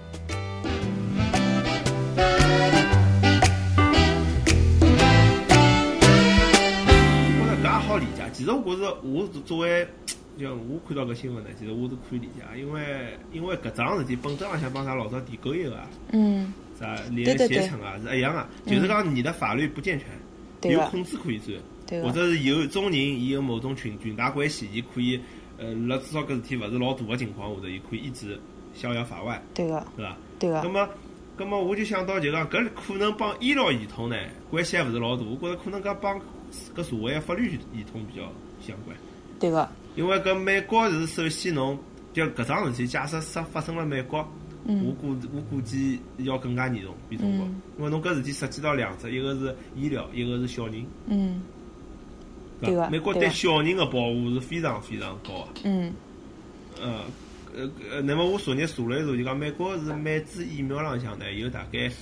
好理解，其实我作为，就我看到个新闻呢，其实我是可以理解，因为搿桩事体本质上想帮啥老早提勾一个啊，啥连携程啊是一样的，就是讲你的法律不健全，有控制可以钻，或者是有种人伊有某种裙带关系，伊可以辣至少搿事体勿是老大的情况下头，伊可以一直逍遥法外， 对个， 是吧？ 对个。 咁么我就想到就讲搿可能帮医疗系统呢关系还勿是老大，我觉着可能搿帮搿社会法律系统比较相关。 对个。 因为搿美国是首先侬就搿桩事体，假设发生了美国，我估计要更加严重比中国，因为侬搿事体涉及到两只，一个是医疗，一个是小人。 对个。 美国对小人的保护是非常非常高的。那么我昨日查了一查，就讲美国是每支疫苗浪向呢有大概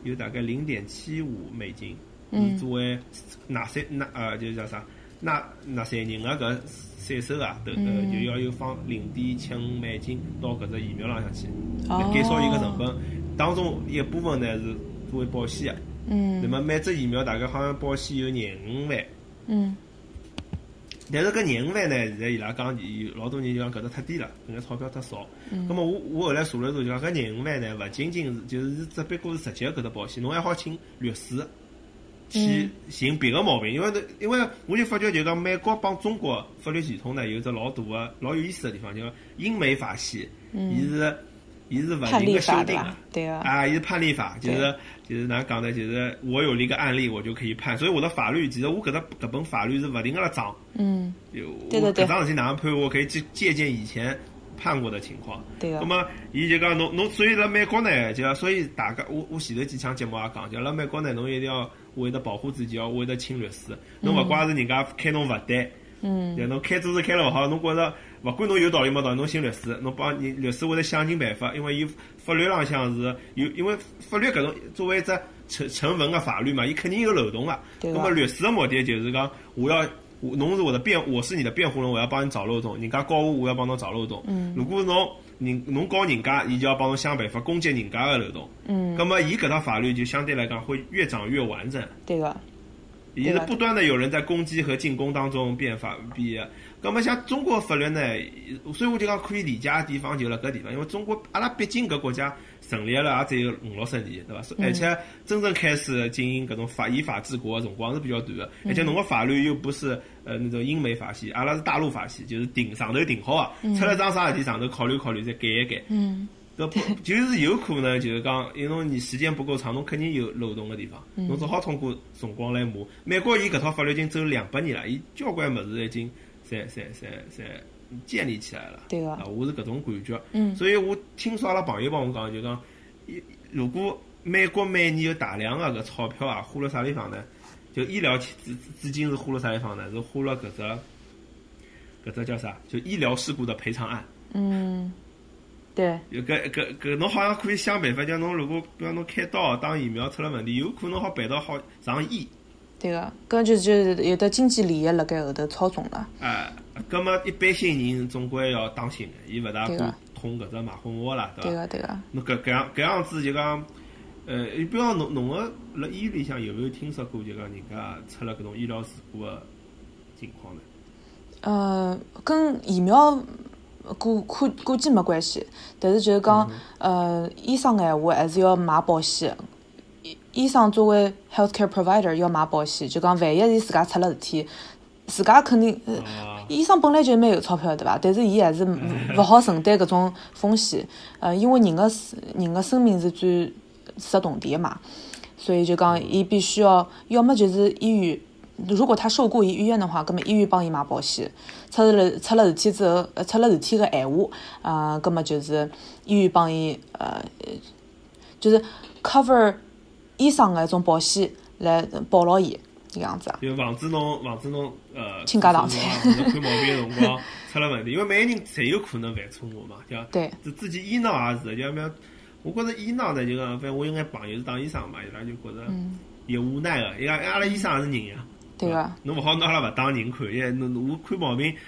0.75美金，作为就叫啥纳税人的搿税收啊，就要有放0.75美金到搿只疫苗浪向去，减少伊个成本。当中一部分呢是作为保险的。那么每只疫苗大概好像保险有25万。但是搿25万呢，现在伊拉讲老多人就讲搿只太低了，搿眼钞票太少。咁么我后来查了查，就讲搿25万呢，勿仅仅是就是只不过是直接搿只保险，侬还好请律师去寻别个毛病，因为我就发觉就讲美国帮中国法律系统呢有只老大个老有意思的地方，叫英美法系，伊是勿停的修订的， 对啊，伊是判例法，就是哪讲呢？就是我有了一个案例，我就可以判，所以我的法律其实我搿本法律是勿停个辣涨。 对。 搿桩事体哪能判，我可以借鉴以前判过的情况。 对个。 那么伊就讲侬，所以辣美国呢，就所以大家我前头几场节目也讲，就辣美国呢，侬一定要为了保护自己，要为了请律师，侬勿怪是人家开侬罚单。就侬开做事开了勿好，侬觉着勿管侬有道理没道理，侬寻律师，侬帮你律师会得想尽办法，因为伊法律浪向是有，因为法律搿种作为一只成文的法律嘛，伊肯定有漏洞个。那么律师的目的就是讲，侬是我是你的辩护人，我要帮你找漏洞，人家告我要帮侬找漏洞。如果侬告人家，伊就要帮侬想办法攻击人家的漏洞。那么伊搿套法律就相对来讲会越长越完整。 对个。 也是不断的有人在攻击和进攻当中变。那么像中国法律呢，所以我就讲可以理解的地方就辣搿地方，因为中国阿拉毕竟搿国家成立了也只有50-60年，对吧？而且真正开始进行搿种依法治国的辰光是比较短的，而且侬个法律又不是那种英美法系，阿拉是大陆法系，就是上头定好啊，出了桩啥事体上头考虑再改一改。就是有可能就是讲，因为你时间不够长，侬肯定有漏洞的地方，侬只好通过辰光来磨。美国伊搿套法律已经走200年了，伊交关物事已经侪建立起来了。 对个。 我是搿种感觉。所以我听说阿拉朋友帮我讲，就讲，如果美国每年有大量的搿钞票啊，花辣啥地方呢？就医疗资金是花辣啥地方呢？是花辣搿只叫啥？就医疗事故的赔偿案。 对， 搿侬好像可以想办法，讲侬如果比方侬开刀打疫苗出了问题，有可能好赔到好上亿。 对个，搿就是有的经济利益辣盖后头操纵了。 搿么一般性人总归要当心的，伊勿大敢捅搿只马蜂窝啦，对伐？ 对个。 侬搿样子就讲，比方侬个辣医院里向有没有听说过就讲人家出了搿种医疗事故的情况呢？ 跟疫苗。估计没关系，但是就是讲，医生闲话还是要买保险。医生作为 healthcare provider 要买保险，就讲万一伊自家出了事体，自家肯定，医生本来就蛮有钞票对伐？但是伊还是勿好承担搿种风险，因为人的生命是最实动的嘛，所以就讲伊必须要么就是医院。如果他受雇于医院的话，那么医院帮伊买保险。出了事体之后，出了事体个闲话，那么就是医院帮伊就是 cover 医生的一种保险来保牢伊这样子。 就防止侬倾家荡产。 看毛病的辰光出了问题，因为每个人侪有可能犯错误嘛， 对。 自己医闹也是，就像我觉着医闹呢，就讲反正我有眼朋友是当医生嘛，伊拉就觉着也无奈个，伊拉医生也是人呀。 对个。 侬勿好拿阿拉勿当人看，因为我看毛病，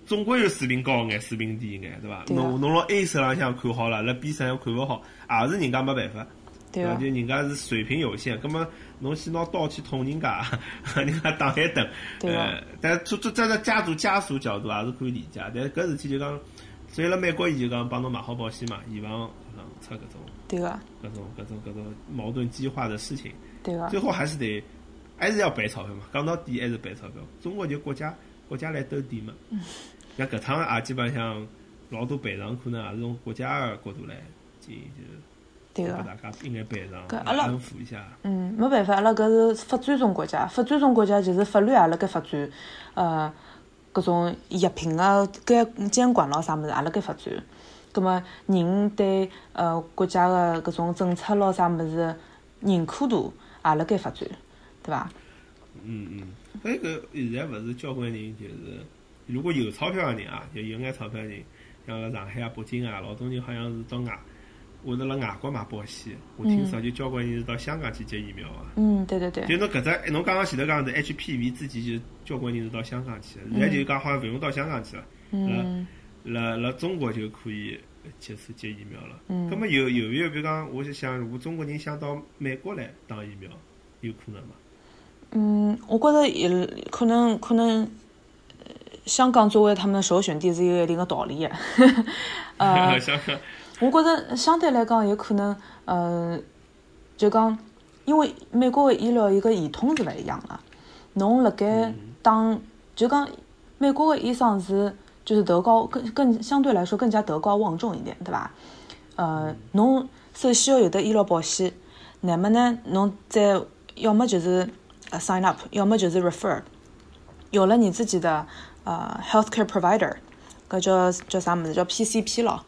总归有水平高眼，水平低眼，对伐？侬辣 A 手浪向看好了，辣 B 手又看勿好，也是人家没办法。 对啊， 就人家是水平有限，葛末侬去拿刀去捅人家，人家打一顿。 对啊。 但站在家属角度也是可以理解，但搿事体就讲，所以辣美国伊就讲帮侬买好保险嘛，以防出搿种。 对个。 搿种矛盾激化的事情。 对个。 最后还是要赔钞票嘛，讲到底还是赔钞票。中国就国家来兜底嘛。像搿趟也基本上老多赔偿可能也是从国家的角度来进行， 对个。 大家应该赔偿， 阿拉安抚一下。 没办法，阿拉搿是法专中国家，法专中国家就是法律也辣盖发展，搿种药品个监管咯啥物事也辣盖发展。葛末人对国家个搿种政策咯啥物事认可度也辣盖发展，对伐？ 所以搿现在勿是交关人就是，如果有钞票个人啊，就有眼钞票个人，像辣上海啊、北京啊，老多人好像是到会得辣外国买保险。我听说就交关人是到香港去接疫苗啊。 对对对。 就侬搿只，侬刚刚前头讲的 HPV 自己就交关人是到香港去的，现在就讲好像勿用到香港去了。辣中国就可以接疫苗了。葛末有没有比如讲，我就想，如果中国人想到美国来打疫苗，有可能吗？ 我觉得也可能，香港作为他们的首选地是有一定的道理的。 香港。 我觉着相对来讲有可能，就讲，因为美国的医疗一个系统是勿一样的，侬辣盖就讲美国的医生是就是德高更相对来说更加德高望重一点，对吧？侬首先要有的医疗保险，那么呢，侬再要么就是 sign up， 要么就是 refer， 有了你自己的healthcare provider， 搿叫啥么子？叫 PCP 咯，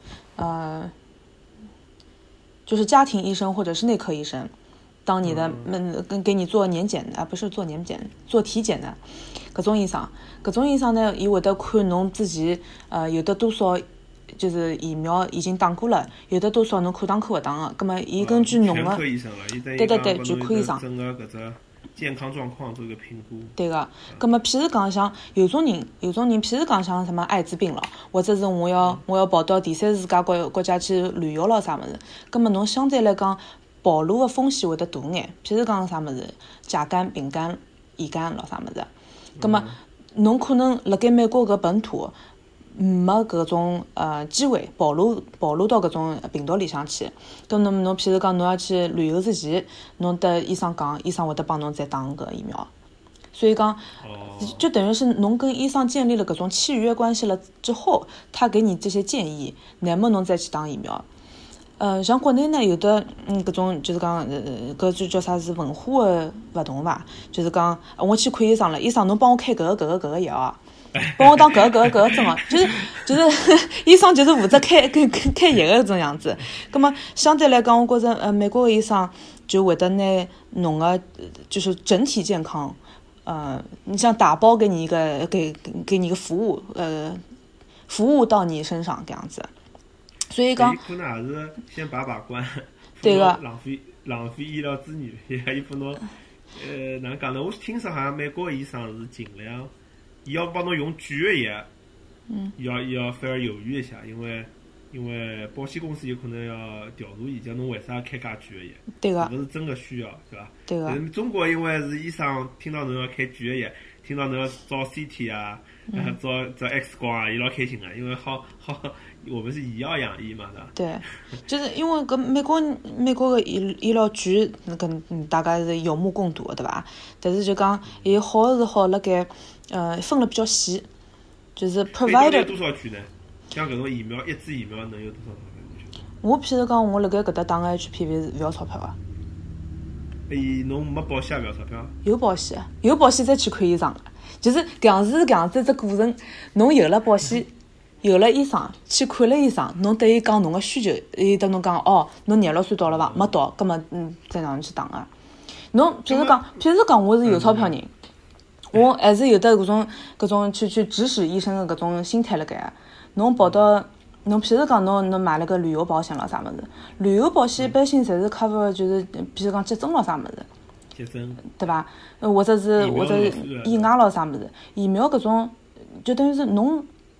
就是家庭医生或者是内科医生，当你的给你做年检不是做年检，做体检的搿种医生呢，伊会得看侬自己有的多少就是疫苗已经打过了，有的多少侬可打可勿打的，葛末伊根据侬的对全科医生整个搿只健康状况做一个评估。 对个，葛末譬如讲像有种人，譬如讲像什么艾滋病了，或者是我要跑到第三世界国家去旅游了啥物事，葛末侬相对来讲暴露的风险会得大眼。譬如讲啥物事，甲肝、丙肝、乙肝了啥物事，葛末侬可能辣盖美国搿本土没搿种机会暴露到搿种病毒里向去。咁侬譬如讲侬要去旅游之前，侬得医生讲，医生会得帮侬再打搿疫苗。所以讲，就等于是侬跟医生建立了搿种契约关系了之后，他给你这些建议，乃末侬再去打疫苗。像国内呢有的搿种就是讲搿就叫啥是文化的勿同伐？就是讲我去看医生了，医生侬帮我开搿个药。帮我打搿个针哦，就是医生就是负责开药的这种样子。葛末相对来讲，我觉着美国的医生就会得拿侬个就是整体健康，你像打包给你一个给你一个服务，服务到你身上这样子。所以讲， 可能也是先把关， 对个， 浪费医疗资源，也不能哪能讲呢？我听说好像美国的医生是尽量。伊要帮侬用贵个药，要反而犹豫一下，因为保险公司有可能要调查伊，讲侬为啥开介贵个药， 对个， 是勿是真个需要，对伐？ 对个。 中国因为是医生，听到侬要开贵个药，听到侬要照 CT 啊，照 X 光啊，伊老开心个，因为好，我们是以药养医嘛， 对吧？对，就是因为搿美国个医疗贵，跟大家是有目共睹的，对伐？但是就讲伊好是好辣盖。分了比较细，就是 provider 有多少贵呢？像搿种疫苗，一支疫苗能有多少钞票？ 我譬如讲，我辣盖搿搭打个 HPV 是勿要钞票啊。 侬没保险也勿要钞票？ 有保险再去看医生，就是搿样子一只过程。侬有了保险，有了医生，去看了医生，侬对伊讲侬个需求，伊得侬讲侬廿6岁到了伐？没到，葛末再让侬去打个。侬譬如讲，我是有钞票人。我还是有的搿种去指使医生的搿种心态辣盖。侬跑到侬譬如讲侬买了个旅游保险了啥物事，旅游保险一般性侪是 cover 就是譬如讲急诊了啥物事， 急诊对伐？或者是意外了啥物事，疫苗搿种就等于是侬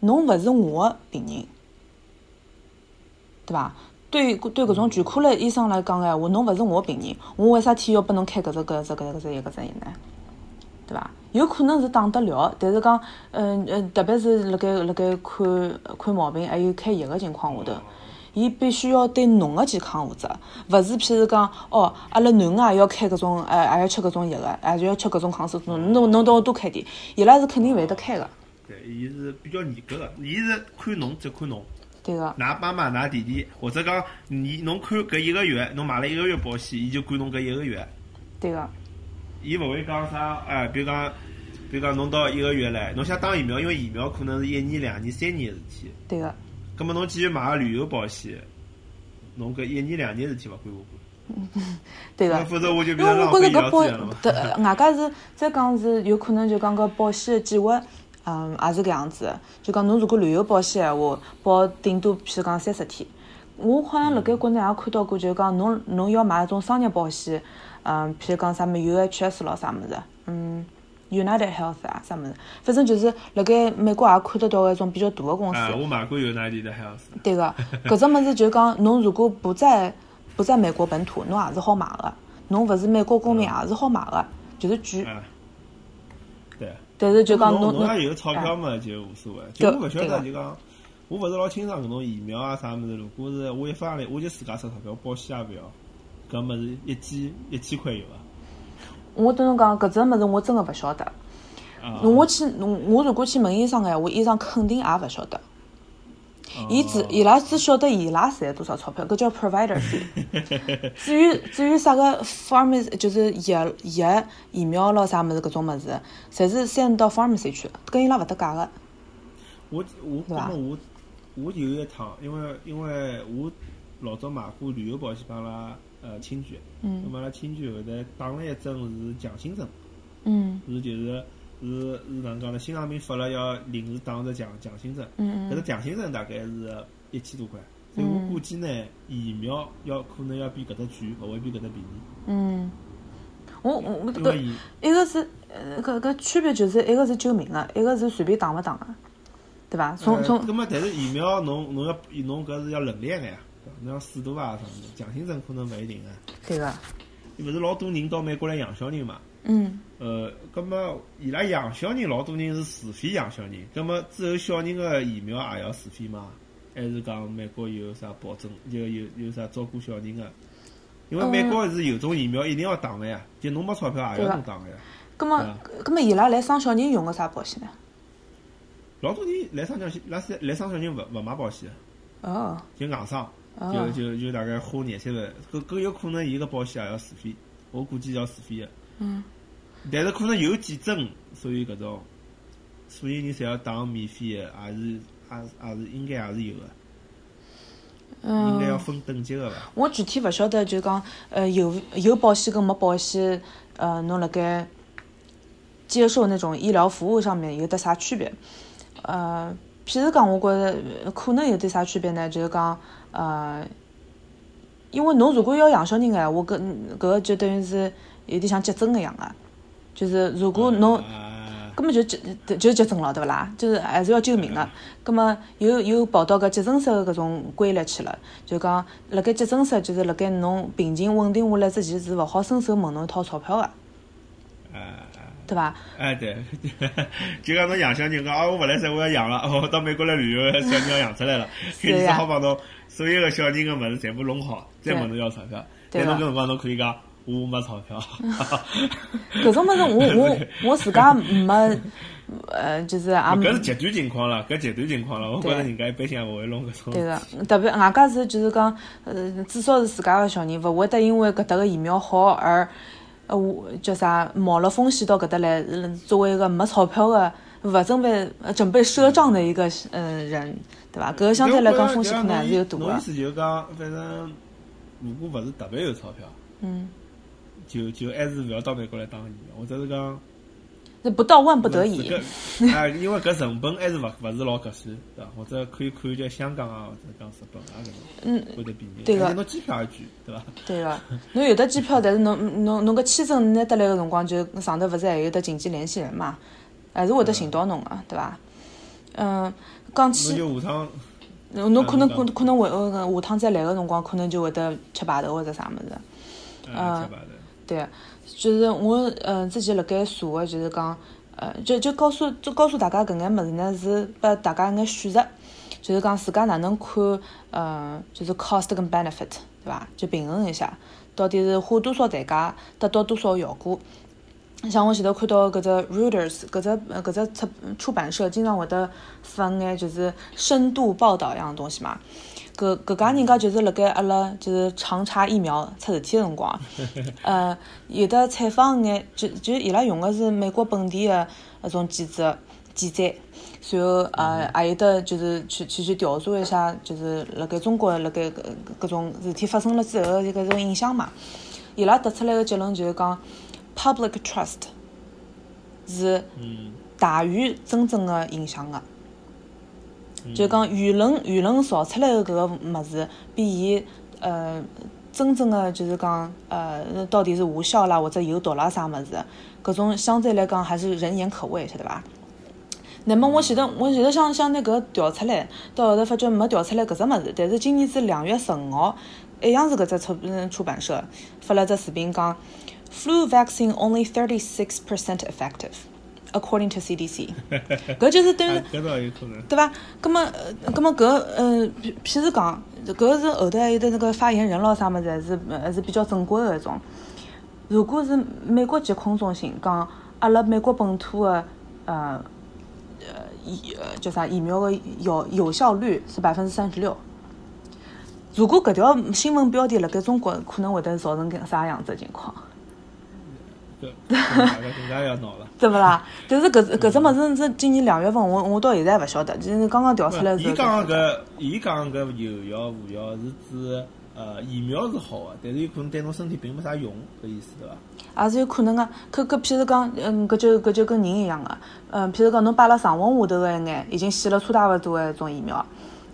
侬勿是我的病人，对伐？对搿种全科类医生来讲个闲话，侬勿是我的病人，我为啥体要拨侬开搿只一个针呢？对伐？有可能是打得了，但是讲，特别是辣盖看毛病还有开药个情况下头，伊必须要对侬个健康负责，勿是譬如讲，阿拉囡儿也要开搿种，也要吃搿种药个，也就要吃搿种抗生素，侬帮我多开点，伊拉是肯定勿会得开个。 对，伊是比较严格个，伊是看侬只看侬。 对个。 㑚妈妈、㑚弟弟，或者讲侬看搿一个月，侬买了1个月保险，伊就管侬搿1个月。 对个。 伊勿会讲啥，比如讲侬到1个月唻，侬想打疫苗，因为疫苗可能是1年、2年、3年个事体。 对个。 葛末侬继续买个旅游保险，侬搿1年、2年事体勿管我管。 对个。 否则我就因为我觉着搿保，外加是再讲是有可能就讲搿保险个计划。也是搿样子的，就讲侬如果旅游保险闲话，保顶多譬如讲30天。我好像辣盖国内也看到过，就是讲侬要买一种商业保险，譬如讲啥么 UHS 咯啥物事，United Health 啊啥物事，反正就是辣盖美国也看得到一种比较大的公司。 我买过 United Health。对个，搿只物事就是讲侬如果不在美国本土，侬也是好买个，侬勿是美国公民也是好买个，就是贵。 对。 但是就讲侬也有钞票嘛，就无所谓。就我勿晓得，就讲我勿是老清爽搿种疫苗啊啥物事。如果是我一发来，我就自家出钞票，保险也勿要，搿物事1000块有啊。 我跟侬讲，搿只物事我真个勿晓得。我如果去问医生个闲话，医生肯定也勿晓得。伊拉只晓得伊拉赚多少钞票，搿叫 provider fee。至于啥个 pharmacy 就是药疫苗咯啥物事搿种物事，侪是先到 pharmacy 去，跟伊拉勿搭界个。 我有一趟，因为我老早买过旅游保险帮拉亲眷，那么阿拉亲眷后头打了一针是强心针，是哪能讲呢？心脏病发了要临时打只强心针，搿只强心针大概是1000多块，所以我估计呢，疫苗可能要比搿只贵，勿会比搿只便宜。 我一个是搿区别就是一个是救命个，一个是随便打勿打个，对伐？ 搿么但是疫苗侬搿是要冷链个呀，侬要4度啊啥物事，强心针可能勿一定啊。 对个。 勿是老多人到美国来养小人嘛？葛么伊拉养小人老多人是自费养小人，葛么之后小人个疫苗也要自费吗？还是讲美国有啥保证，就有啥照顾小人个？因为美国是有种疫苗一定要打个呀，就侬没钞票也要侬打个呀。 葛么伊拉来生小人用个啥保险呢？ 老多人来生小人勿买保险，就硬伤，就大概花20-30万，搿有可能伊个保险也要自费，我估计要自费个。但是可能有几针，所以搿种所有人侪要打免费个，也是应该也是有个。应该要分等级个伐？ 我具体勿晓得，就讲有保险跟没保险，侬辣盖接受那种医疗服务上面有得啥区别？譬如讲，我觉着可能有点啥区别呢？就是讲，因为侬如果要养小人个闲话，搿个就等于是有点像急诊个样个，就是如果侬。根本就急诊了，对勿啦？就是还是要救命个。葛么有跑到搿急诊室个搿种规律去了，就讲辣盖急诊室，就是辣盖侬病情稳定下来之前，是勿好伸手问侬一套钞票个，对伐？ 对，就讲侬养小人讲我勿来三，我要养了，我到美国来旅游，小人要养出来了，搿你只好帮侬所有个小人个物事全部弄好，再问侬要钞票。但侬搿辰光侬可以讲。我没钞票， 搿种物事我自家没，就是也。 搿是极端情况了，搿极端情况了。我觉着人家一般性也勿会弄搿种。 对个，特别外加是就是讲，至少是自家个小人，勿会得因为搿搭个疫苗好而，叫啥冒了风险到搿搭来，作为一个没钞票个、勿准备赊账的一个人，对伐？搿个相对来讲风险可能还是有大个。 侬意思就是讲，反正如果勿是特别有钞票，就还是勿要到美国来打疫苗，或者是讲， 不到万不得已。 因为搿成本还是勿是老合算，对伐？或者可以看叫香港啊，或者讲日本啊搿种，会得便宜。 对个。 侬机票也贵，对伐？ 对个。侬有的机票，但是侬搿签证拿得来个辰光，就上头勿是还有得紧急联系人嘛，还是会得寻到侬个，对伐？ 讲起侬就下趟， 侬可能会下趟再来个辰光，可能就会得吃排头或者啥物事。 吃排头。 对，就是我之前辣盖查个，就是讲就告诉大家搿眼物事呢，是拨大家一眼选择，就是讲自家哪能看就是 cost 跟 benefit， 对伐？就平衡一下，到底是花多少代价得到多少效果。像我前头看到搿只 Reuters 搿只出版社经常会得发眼就是深度报道一样东西嘛。搿家人家就是辣盖阿拉就是长差疫苗出事体个辰光，有的采访眼就伊拉用个是美国本地个那种记者，然后也有的就是去调查一下，就是辣盖中国辣盖搿种事体发生了之后搿种影响嘛。伊拉得出来个结论就是讲 ，public trust 是大于真正个影响个。就讲舆论造出来的搿个物事，比伊真正的就是讲到底是无效啦或者有毒啦啥物事，搿种相对来讲还是人言可畏，晓得伐？那么我前头想拿搿个调出来，到后头发觉没调出来搿只物事，但是今年子2月15号，一样是搿只出版社发了只视频讲 ，flu vaccine only 36% effective。According to CDC， 搿就是等于，对伐？葛么搿譬如讲，搿是后头还有的那个发言人咯啥物事，还是比较正规的一种。如果是美国疾控中心讲，阿拉美国本土的叫啥疫苗的有效率是36%。如果搿条新闻标题辣盖中国，可能会得造成啥样子的情况？ 大家更加要闹了， 对不啦？但是搿只物事是今年2月份，我到现在还勿晓得，就是刚刚调出来。 伊讲搿有效无效是指疫苗是好的，但是有可能对侬身体并没啥用，搿意思对伐？ 也是有可能个。譬如讲，搿就跟人一样个。譬如讲，侬摆辣常温下头个一眼，已经死了差大勿多个一种疫苗，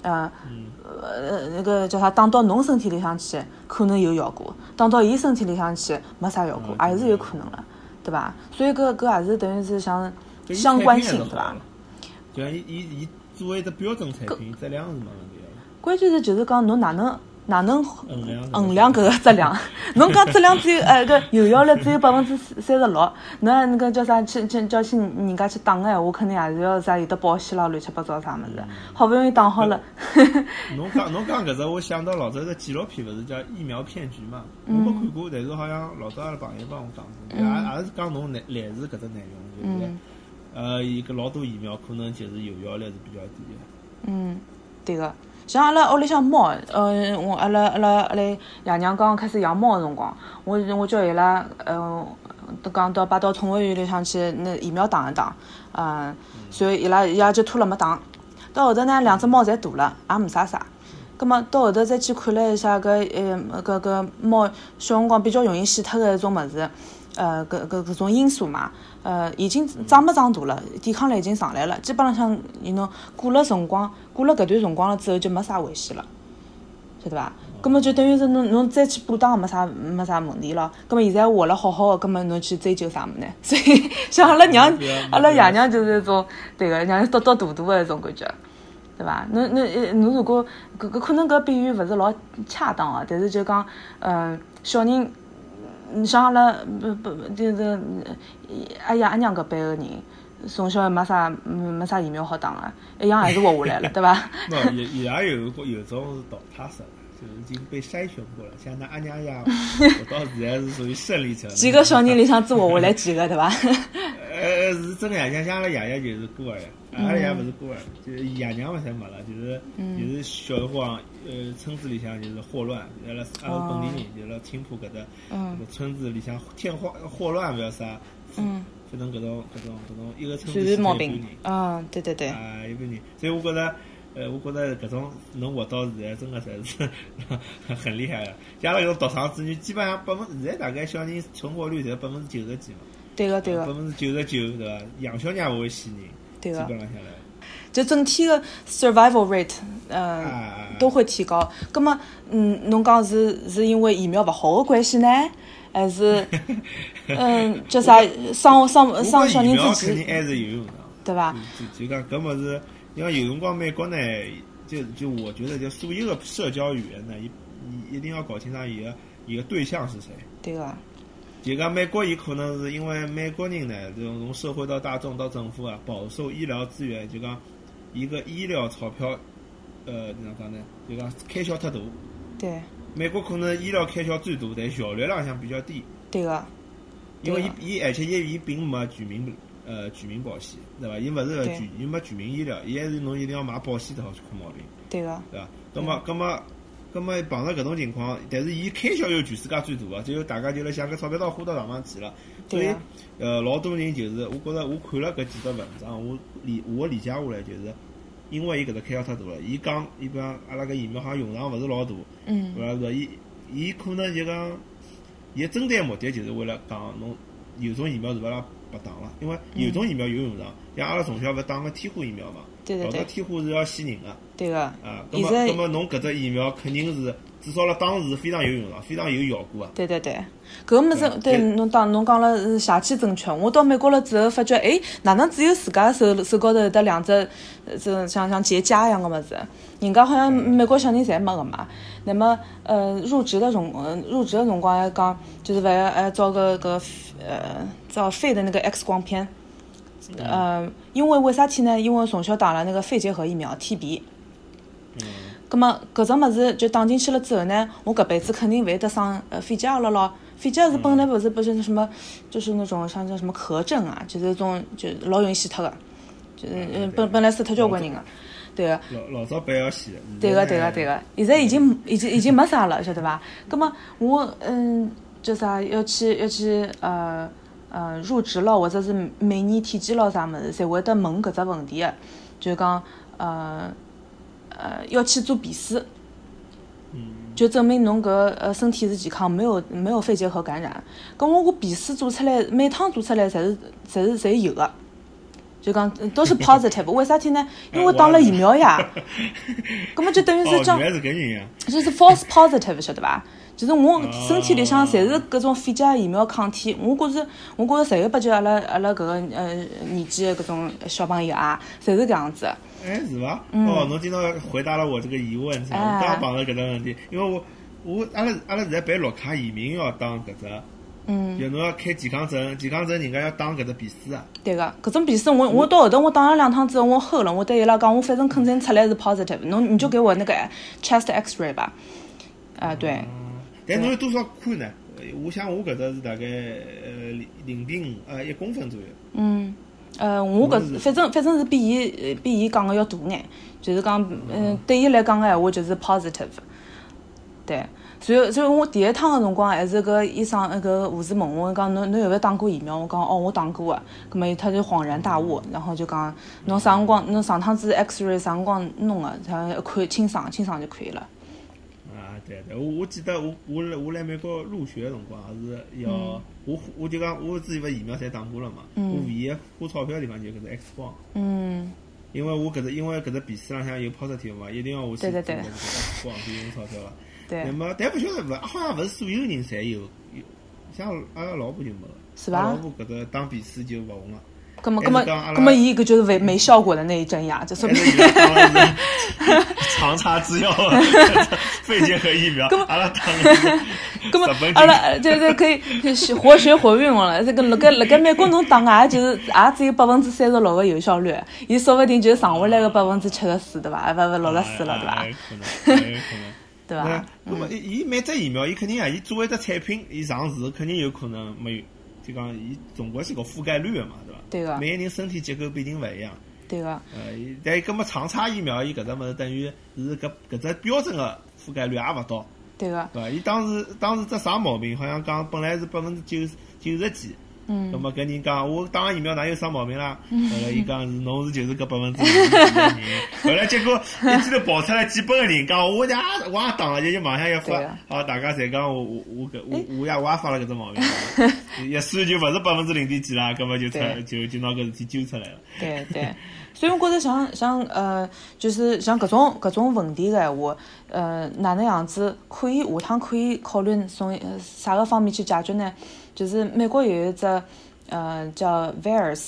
那个叫啥，打到侬身体里向去，可能有效果；打到伊身体里向去，没啥效果，也是有可能了，对伐？所以搿也是等于是像相关性，对伐？ 就像伊作为一只标准产品，质量是没问题个。 关键是就是讲侬哪能衡量搿个质量？侬讲质量只有搿有效率只有36%，那个叫啥去叫去人家去打个闲话，肯定也是要啥有的保险啦，乱七八糟啥物事，好不容易打好了。 侬讲搿只，我想到老早个纪录片，勿是叫《疫苗骗局》嘛？我没看过，但是好像老早阿拉朋友帮我讲过，也是讲侬类似搿只内容，就是一个老多疫苗可能就是有效率是比较低的。 对个。像阿拉屋里向猫，我阿拉爷娘刚刚开始养猫的辰光，我叫伊拉，讲到摆到宠物园里向去，那疫苗打一打，所以伊拉就拖了没打。到后头呢，2只猫侪大了，也没啥。葛末到后头再去看了一下搿猫小辰光比较容易死脱的一种物事，搿种因素嘛，已经长大了，抵抗力已经上来了，基本上侬过了搿段辰光了之后就没啥危险了，晓得伐？葛末就等于是侬再去补打没啥问题了。葛末现在活了好好的，葛末侬去追究啥物事呢？所以像阿拉爷娘就是一种对个，让到大度的一种感觉。对伐？侬如果搿可能搿比喻勿是老恰当个，但是就讲小人，像阿拉就是阿爷阿娘搿辈个人，从小没啥疫苗好打个，一样还是活下来了，对伐？ 伊拉有种是淘汰式，就是已经被筛选过了，像那阿娘一样，我到现在是属于胜利者。 几个小人里向只活下来几个，对伐？ 是真个，像阿拉爷爷就是孤儿呀。阿拉爷勿是孤儿，就是爷娘嘛侪没了，就是小辰光，村子里向就是霍乱，阿拉本地人，就是青浦搿搭，村子里向添霍乱勿要啥，反正搿种一个村子死一半人， 对， 一半人，所以我觉得搿种能活到现在，真个侪是很厉害个。像阿拉搿种独生子女，基本上现在大概小人存活率侪90%几嘛。 对个 ，99%对伐？养小人也勿会死人。 对个， 基本上下来， 就整体的 survival rate，都会提高。葛末，侬讲是因为疫苗勿好的关系呢，还是叫啥伤小人之间？ 肯定还是有用的， 对伐？ 就讲搿物事， 因为有辰光美国呢，就我觉得就所有的社交语言呢，你一定要搞清楚伊个对象是谁。 对个。 就讲美国，伊可能是因为美国人呢，从社会到大众到政府啊，饱受医疗资源，就讲一个医疗钞票，哪能讲呢？就讲开销太大。 对。 美国可能医疗开销最大，但效率浪向比较低。 对个。 因为而且伊并没全民保险，对伐？伊勿是伊没全民医疗，伊还是侬一定要买保险才好去看毛病。 对个。 对伐？咁么碰到搿种情况，但是伊开销又全世界最大个，最后大家就辣想搿钞票到花到上方去了。所以老多人就是，我觉着我看了搿几个文章，我理解下来就是，因为伊搿只开销太大了，伊讲比方阿拉搿疫苗好像用场勿是老大，勿是伊可能就讲，伊针对目的就是为了讲侬有种疫苗是勿啦白打了，因为有种疫苗有用场，像阿拉从小勿打个天花疫苗嘛，老早天花是要死人个。 对个。 啊，咁么侬搿只疫苗肯定是至少辣当时非常有用场，非常有效果啊。 对，搿个物事对侬讲了是邪气正确。我到美国了之后发觉，哪能只有自家手高头有得两只这像结痂一样个物事，人家好像美国小人侪没个嘛。那么入职的辰光还讲，就是还照照肺的那个 X 光片。因为为啥体呢？因为从小打了那个肺结核疫苗 TB。咁么搿种物事就打进去了之后呢，我搿辈子肯定勿会得生肺结核了咯。肺结核是本来不是什么，就是那种像叫什么咳症啊，就是那种就老容易死脱个，就是本来死脱交关人个。对个。 老早辈要死。 对个。现在已经没啥了，晓得伐？咁么我叫啥要去入职了，或者是每年体检咯啥物事，侪会得问搿只问题个，就是讲要去做鼻试，就证明侬搿身体是健康，没有肺结核感染。咁我鼻试做出来，每趟做出来侪有个，就讲都是 positive。为啥体呢？因为我打了疫苗呀。咁么就等于是讲，就是 false positive， 晓得伐？就是我身体里向侪是搿种肺结核疫苗抗体，我觉着随后不就阿拉搿个年纪的搿种小朋友啊，侪是搿样子。 是伐？侬今朝回答了我这个疑问，是吧？我刚碰到搿只问题，因为阿拉现在办绿卡移民要打搿只，就侬要开健康证人家要打搿只鼻试啊。对个，搿种鼻试我到后头我打了2趟之后，我吼了，我对伊拉讲，我反正肯定出来是 positive， 你就给我那个 chest X-ray 吧。对。 但侬有多少宽呢？我想我搿只是大概0.5 1公分左右。 我搿反正是比伊讲个要大眼，就是讲对伊来讲个闲话就是 positive。对，所以我第一趟个辰光还是搿医生搿护士问我讲侬有没有打过疫苗？我讲我打过个，葛末他就恍然大悟，然后就讲侬啥辰光侬上趟子 X-ray 啥辰光弄个，他看清爽就可以了。 对，我记得我来美国入学的辰光也是要我就讲我自己疫苗侪打过了嘛，我唯一花钞票的地方就是搿只 X 光。因为搿只鼻屎浪向有 positive 嘛，一定要我去做搿只 X 光就用钞票了。对。那么但不晓得好像勿是所有人侪有，像阿拉老婆就没了。 是吧？ 老婆搿只打鼻屎就勿红了。 咁么伊搿就是没效果的那一针呀，就说明长差之药，肺结核疫苗，阿拉打了。咁么阿拉对可以活学活用了。这个辣盖美国侬打也就是也只有36%个有效率，伊说不定就剩下来个74%对伐？勿64%了对伐？ 可能。 对伐？ 那么伊每只疫苗，伊肯定伊作为一只产品，伊上市肯定有可能没有。就讲伊总归是个覆盖率的嘛，对伐？对个。每个人身体结构毕竟勿一样。 对个。 但搿么长差疫苗，伊搿只物事等于是搿只标准个覆盖率也勿到。 对个。 对伐？伊当时只啥毛病？好像讲本来是90%几。那么搿人讲我打完疫苗哪有啥毛病啦？后来伊讲是侬是就是搿0%的人，后来结果一记头跑出来几百个人讲我也打了，就网上一发，好大家侪讲我也发了搿只毛病，一算就勿是0.几啦，搿么就拿搿事体揪出来了。 对，所以我觉着就是像搿种问题个闲话，哪能样子可以下趟可以考虑从啥个方面去解决呢？就是美国有一只叫 VAERS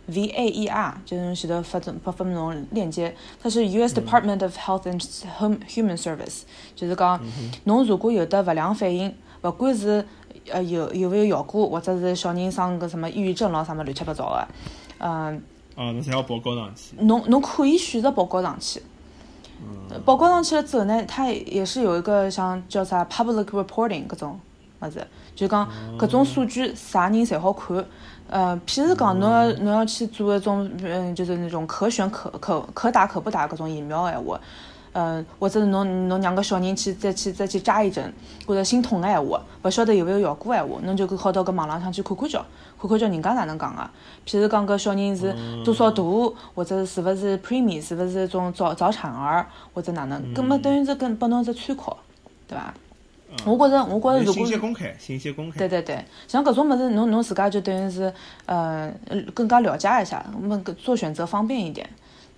VAER，就是前头发侬链接，它是 US Department of Health and Human Service，就是讲侬如果有的勿良反应，勿管是有没有效果，或者是小人生个什么抑郁症咯，啥么乱七八糟的， 侬侪要报告上去。 侬可以选择报告上去。报告上去了之后呢，它也是有一个像叫啥 public reporting 搿种物事，就讲搿种数据啥人侪好看。譬如讲侬要去做一种就是那种可选可打可不打搿种疫苗闲话，或者是侬让个小人再去扎一针，或者心痛个闲话，勿晓得有没有效果闲话，侬就好到搿网浪上去看叫人家哪能讲个。譬如讲搿小人是多少大，或者是勿是 preemie， 是勿是一种早产儿，或者哪能，搿么等于是拨侬只参考，对伐？我觉着如果信息公开。 对，像搿种物事，侬自家就等于是更加了解一下，做选择方便一点。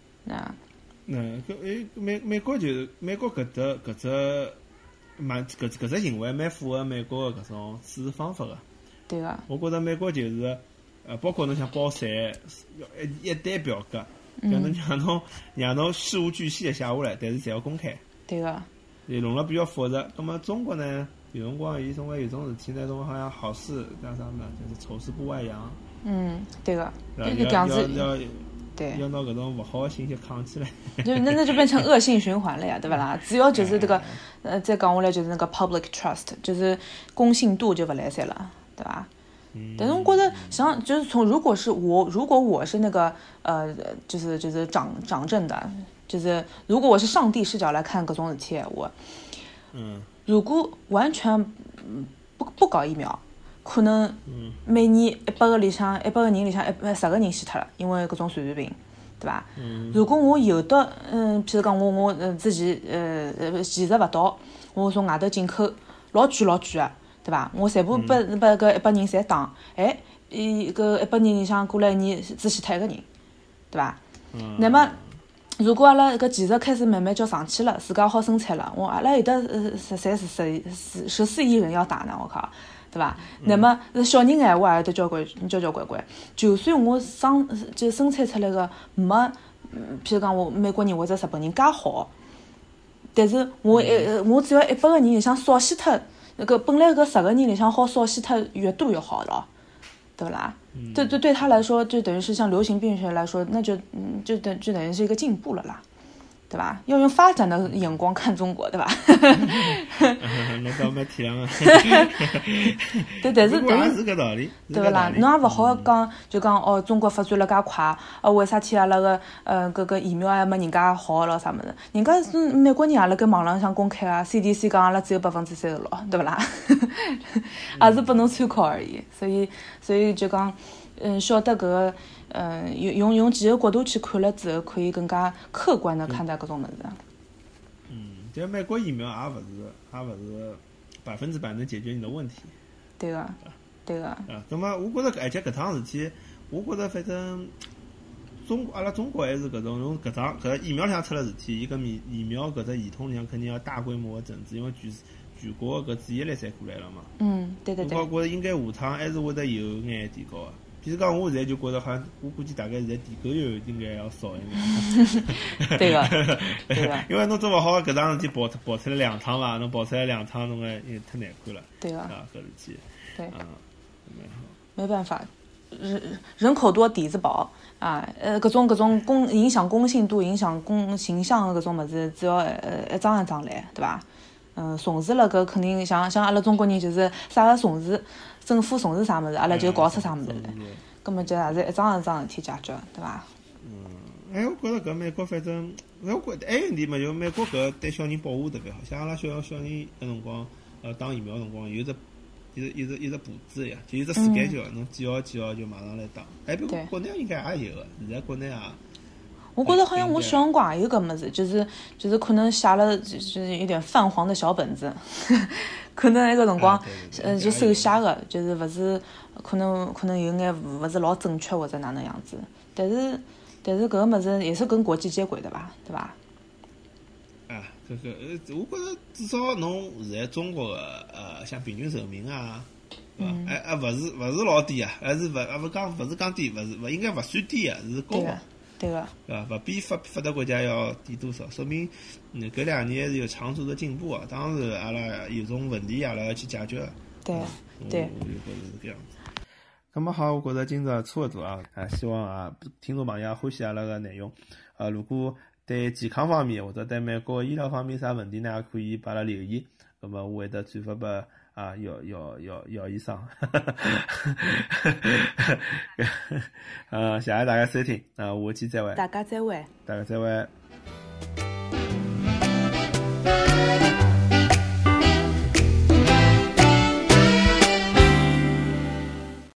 美国就是美国搿只行为蛮符合美国的搿种处事方法的。 对个。 我觉着美国就是包括侬想报税，一堆表格，让侬事无巨细的写下来，但是侪要公开。 对个。 也弄了比较复杂。那么中国呢，有辰光有种事体呢，种好像好事叫啥呢？就是丑事不外扬。 对个。 要拿搿种勿好的信息扛起来。 那就变成恶性循环了呀，对不啦？只要就是这个再讲下来就是那个 public trust， 就是公信度就勿来三了，对吧？但是我觉得像就是如果我是那个就是掌政的。就是如果我是上帝视角来看搿种事体，如果完全不搞疫苗，可能每年100个人里向10个人死脱了，因为搿种传染病，对伐？如果我有的譬如讲我之前技术勿到，我从外头进口老贵个，对伐？我全部拨搿100人侪打，搿100人里向过来一年只死脱1个人，对伐？那么如果阿拉搿技术开始慢慢叫上去了，自家好生产了，阿拉有的14亿人要打呢，我靠，对伐？那么小人闲话也有得交关，就算我生产出来个没，譬如讲我美国人或者日本人介好，但是我只要100个人里向少死脱，本来搿10个人里向好少死脱越多越好了，对不啦？对他来说，就等于是像流行病学来说，那就等于是一个进步了啦，对吧？要用发展的眼光看中国，对吧？ 侬倒蛮体谅啊。 对，但是是搿道理， 对不啦？侬也勿好讲，就讲中国发展了介快，为啥体阿拉个搿疫苗还没人家好咯啥物事？人家是美国人也辣盖网浪向公开啊 ，CDC 讲阿拉只有36%，对不啦？也是拨侬参考而已，所以就讲，晓得搿个，用几个角度去看了之后，可以更加客观的看待搿种物事。 就美国疫苗也勿是100%能解决你的问题。 对个。 那么我觉着，而且搿趟事体，我觉着反正阿拉中国还是搿种用搿疫苗里向出了事体，伊搿疫苗搿只系统里向肯定要大规模的整治，因为全国搿注意力侪过来了嘛。 对。我觉着应该下趟还是会得有眼提高的。比如讲，我现在就觉着好像，我估计大概现在地沟油应该要少一点。 对个。 因为侬做勿好搿桩事体跑出来2趟嘛，侬跑出来2趟，侬也太难看了。 对个。 搿事体。 对。没办法，人口多底子薄啊！搿种影响公信度、影响形象的搿种物事，只要一桩来，对伐？重视了搿肯定像阿拉中国人就是啥个重视，政府重视啥物事，阿拉就搞出啥物事来。根本就也是一桩事体解决，对伐？ 我觉着搿美国反正，我觉还有一点嘛，就美国搿对小人保护特别好，像阿拉小人搿辰光打疫苗辰光有一只步子呀，就有只时间叫侬几号就马上来打。不过国内应该也有个，现在国内也。 我觉得好像我小辰光也有搿物事，就是可能写了就是有点泛黄的小本子，可能那个辰光就手写的，就是勿是可能有眼勿是老正确或者哪能样子，但是搿个物事也是跟国际接轨的吧，对吧？ 我觉着至少侬现在中国的像平均寿命啊， 勿是老低啊，还是勿是讲低，勿应该勿算低啊，是高啊。 对个， 对吧？勿比发达国家要低多少，说明搿2年还是有长足的进步啊。当然，阿拉有种问题，阿拉要去解决。 对， 我就觉着是搿样子。那么好，我觉着今朝差勿多啊，希望听众朋友欢喜阿拉个内容。如果对健康方面或者对美国医疗方面啥问题呢，也可以帮阿拉留言，那么我会得转发拨姚医生。谢谢大家收听，下期再会。 大家再会。 大家再会。